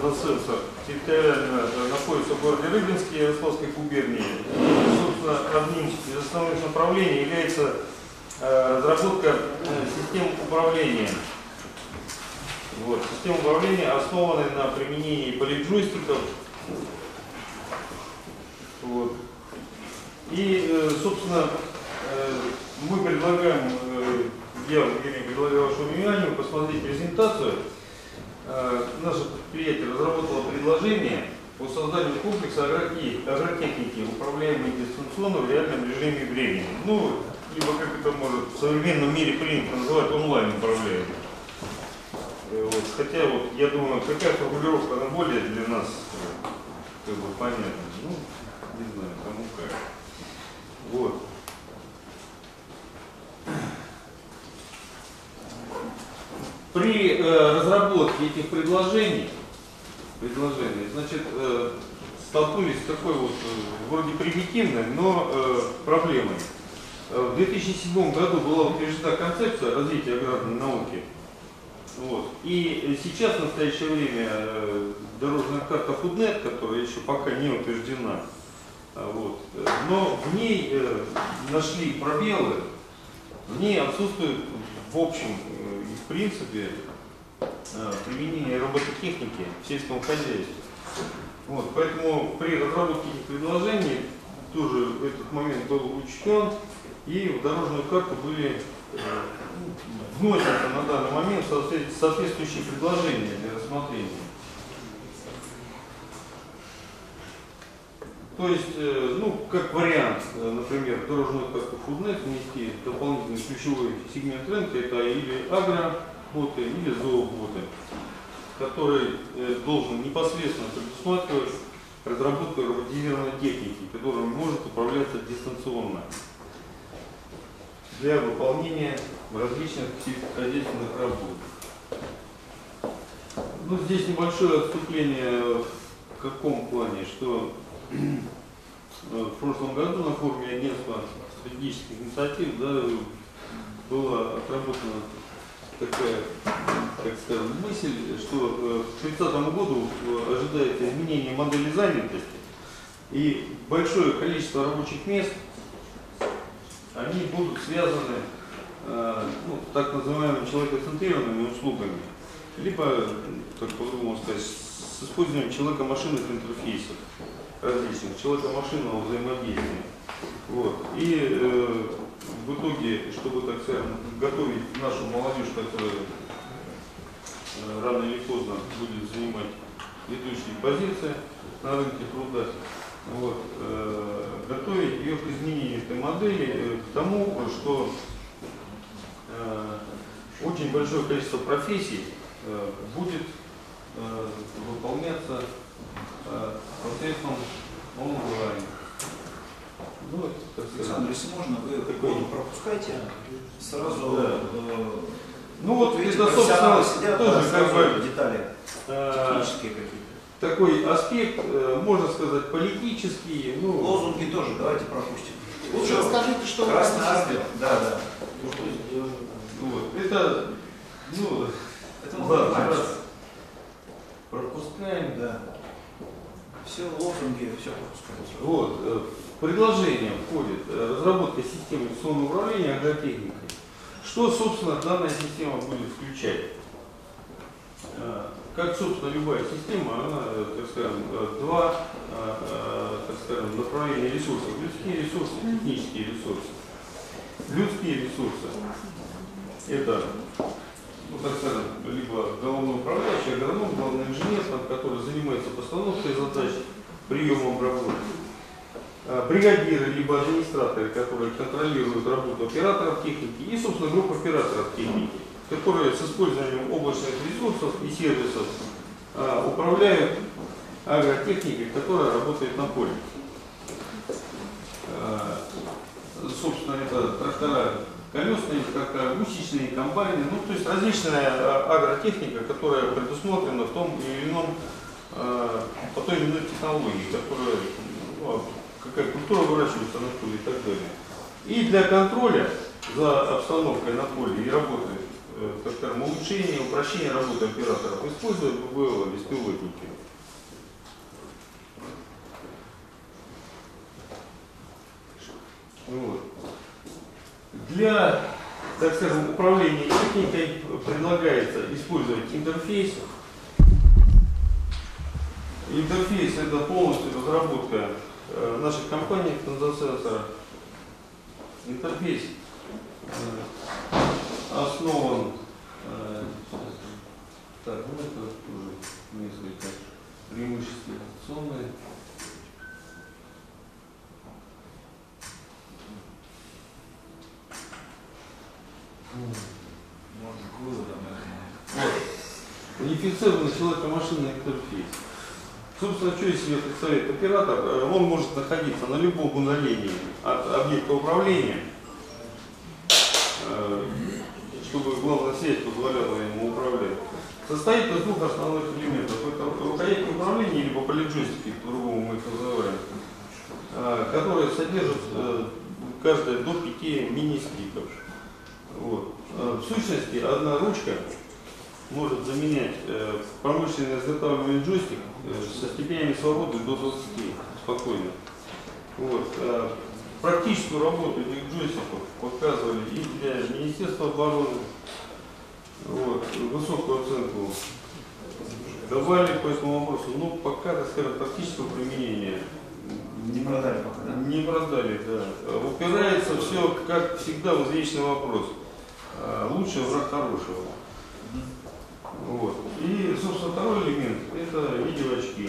за сенсор территориально находится в городе Рыбинске Ярославской губернии. Собственно, одним из основных направлений является разработка систем управления. Вот. Система управления основана на применении политджойстиков. Вот. И, собственно, мы предлагаем, я предлагаю вашему вниманию посмотреть презентацию. Наше предприятие разработало предложение по созданию комплекса агротехники, управляемой дистанционно в реальном режиме времени. Ну, либо как это может в современном мире принято называть онлайн управляемой. Вот. Хотя вот я думаю, какая формулировка она более для нас как бы понятна. Ну, не знаю, кому как. Вот. При разработке этих предложений, значит, столкнулись с такой вот вроде примитивной, но проблемой. В 2007 году была утверждена концепция развития аграрной науки. Вот. И сейчас, в настоящее время, дорожная карта FoodNet, которая еще пока не утверждена, вот, но в ней нашли пробелы, в ней отсутствует в общем и в принципе применение робототехники в сельском хозяйстве. Вот, поэтому при разработке этих предложений тоже этот момент был учтен, и в дорожную карту были вносятся на данный момент соответствующие предложения для рассмотрения. То есть, ну, как вариант, например, в дорожную карту FoodNet внести дополнительный ключевой сегмент рынка, это или агроботы, или зооботы, который должен непосредственно предусматривать разработку роботизированной техники, которая может управляться дистанционно для выполнения различных сельскохозяйственных работ. Ну, здесь небольшое отступление в каком плане, что в прошлом году на форуме агентства стратегических инициатив, да, была отработана такая, так скажем, мысль, что к 30 году ожидается изменение модели занятости, и большое количество рабочих мест они будут связаны ну, так называемыми человекоцентрированными услугами, либо, как по-другому сказать, с использованием человека-машинных интерфейсов различных, человека-машинного взаимодействия. Вот. И в итоге, чтобы, так сказать, готовить нашу молодежь, которая рано или поздно будет занимать ведущие позиции на рынке труда, вот, готовить ее к изменению этой модели, к тому, что очень большое количество профессий будет выполняться посредством онлайн. Ну, Александр, если можно, вы такой пропускайте сразу. Да. Ну вот это, собственно, сидят, тоже как бы детали технические какие-то. Такой аспект, можно сказать, политический. Ну, лозунги тоже давайте пропустим. Лучше расскажите, что Красный армия. Да. Вот. Это, ну, это пропускаем. Да. Все лозунги, все пропускаем. Вот. В предложение входит разработка системы дистанционного управления агротехникой. Что, собственно, данная система будет включать? Как, собственно, любая система, она, так скажем, два, так скажем, направления ресурсов. Людские ресурсы, технические ресурсы. Людские ресурсы – это, ну, так скажем, либо головной управляющий, агроном, главный инженер, который занимается постановкой задач, приемом работы. Бригадиры, либо администраторы, которые контролируют работу операторов техники, и, собственно, группа операторов техники, которые с использованием облачных ресурсов и сервисов управляют агротехникой, которая работает на поле. Собственно, это трактора колесные, трактора гусечные, комбайны, ну, то есть различная агротехника, которая предусмотрена в том или ином, по той или иной технологии, которая, ну, какая культура выращивается на поле и так далее. И для контроля за обстановкой на поле и работы так скажем, улучшения, упрощения работы операторов, используя беспилотники. Вот. Для, так скажем, управления техникой предлагается использовать интерфейс. Интерфейс — это полностью разработка нашей компании Конзасенсора. Интерфейс основан, так, ну это уже несколько преимуществ операционные. Унифицированный человеко-машинный интерфейс. Собственно, что из себя представляет оператор? Он может находиться на любом удалении от объекта управления, чтобы главная связь позволяла ему управлять. Состоит из двух основных элементов. Это рукоятки управления, либо полиджойстики, по-другому мы их называем, которые содержат каждая до 5 мини-стиков. Вот. В сущности, одна ручка может заменять промышленно изготавливаемый джойстик со степенями свободы до 20 спокойно. Вот. Практическую работу этих джойстиков показывали и для Министерства обороны. Вот. Высокую оценку давали по этому вопросу, но пока, так скажем, практического применения Не продали пока, да? не продали, да. Упирается все, как всегда, в извечный вопрос. Лучше враг хорошего. Вот. И, собственно, второй элемент — это видеоочки.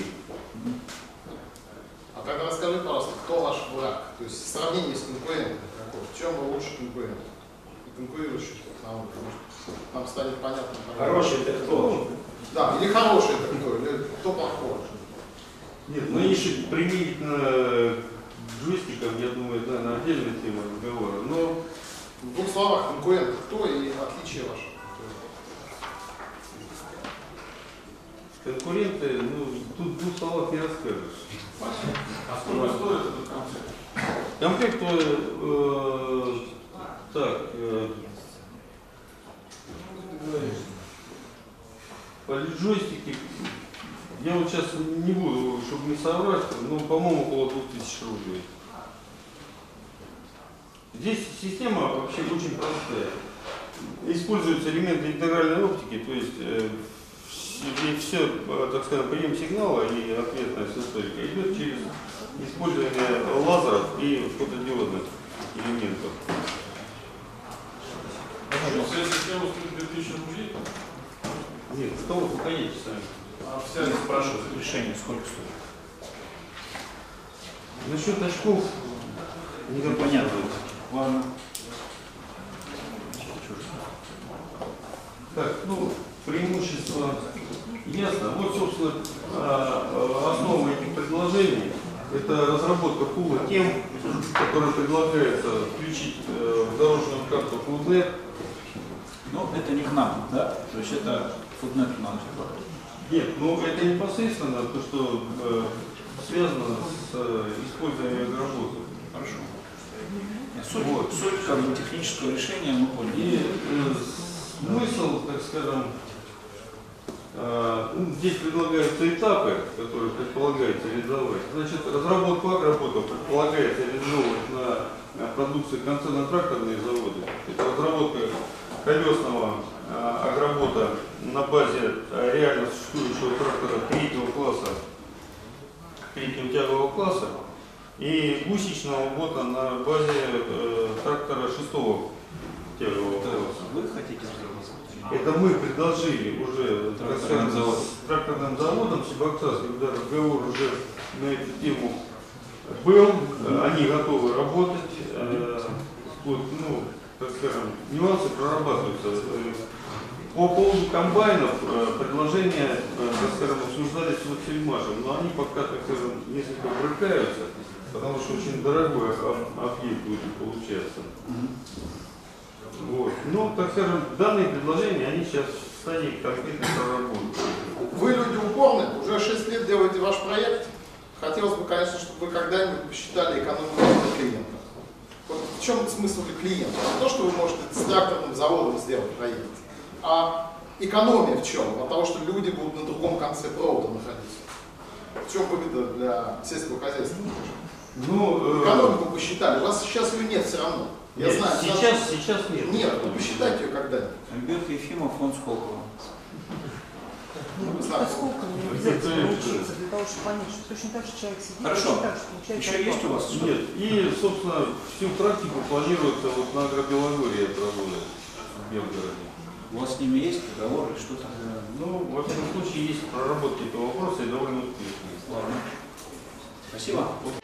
А тогда расскажи, пожалуйста, кто ваш враг? То есть в сравнении с конкурентом, в чем вы лучше конкурент? И конкурирующих технологий. Нам станет понятно. Хороший это кто? Да, или хороший это кто, или кто плохой. Нет, ну если применительно к джойстикам, я думаю, это, наверное, отдельная тема разговора. Но В двух словах, конкурент кто и отличие ваше? конкуренты, ну, тут в двух словах не расскажешь. А сколько стоит этот комплект? Комплект, полиджойстики, я вот сейчас не буду, чтобы не соврать, но, по-моему, около 2000 рублей. Здесь система вообще очень простая. Используются элементы интегральной оптики, то есть все, так сказать, прием сигнала и ответная сенсорика идет через использование лазеров и фотодиодных элементов. Вся система стоит 2000 рублей, Нет, что вы походите сами? а вся Я спрашиваю, решение сколько стоит? Насчет очков не Ну, понятно. Ладно. Так, ну, преимущество ясно. Вот, собственно, основа этих предложений — это разработка пула тем, которые предлагается включить в дорожную карту Foodnet. Ну, это не к нам, да? То есть это Foodnet нам. Нет, ну это непосредственно то, что связано с использованием разработок. Хорошо. Суть, Вот. суть как бы технического решения мы поняли. И смысл, так скажем, здесь предлагаются этапы, которые предполагается реализовать. Значит, разработку агроботов предполагается реализовывать на продукции концерно-тракторные заводы. Это разработка колесного агробота на базе реально существующего трактора третьего класса, третьего тягового класса, и гусечного бота на базе трактора шестого тягового класса. Вы хотите разработать? Это мы предложили уже, так скажем, с тракторным заводом Сибаксарским, когда разговор уже на эту тему был, они готовы работать. Вот, ну, так скажем, нюансы прорабатываются. По поводу комбайнов предложения, так скажем, обсуждались с Сельмашем, но они пока, так скажем, несколько брыкаются, потому что очень дорогой объект будет получаться. Вот. Ну, так скажем, данные предложения, они сейчас в стадии конкретной проработки. Вы люди упорные, уже 6 лет делаете ваш проект. Хотелось бы, конечно, чтобы вы когда-нибудь посчитали экономику клиента. Вот в чем смысл для клиента? Не то, что вы можете с тракторным заводом сделать проект. А экономия в чем? От того, что люди будут на другом конце провода находиться. В чем выгода для сельского хозяйства? Ну, Экономику посчитали. У вас сейчас ее нет все равно. Я нет, знаю. сейчас нет. Нет, ну посчитайте ее когда-нибудь. Альберт Ефимов, фонд Сколково. Не Ну, знаю. сколько мне обязательно учиться для того, чтобы понять, что точно так же человек сидит, Хорошо. точно так же получает Еще зарплату. есть у вас? Нет. И, собственно, всю практику планируется вот на Агробелогорье отработать в Белгороде. У вас с ними есть договоры, что-то? Ну, во всяком случае, есть проработки этого вопроса и довольно успешные. Ладно. Спасибо.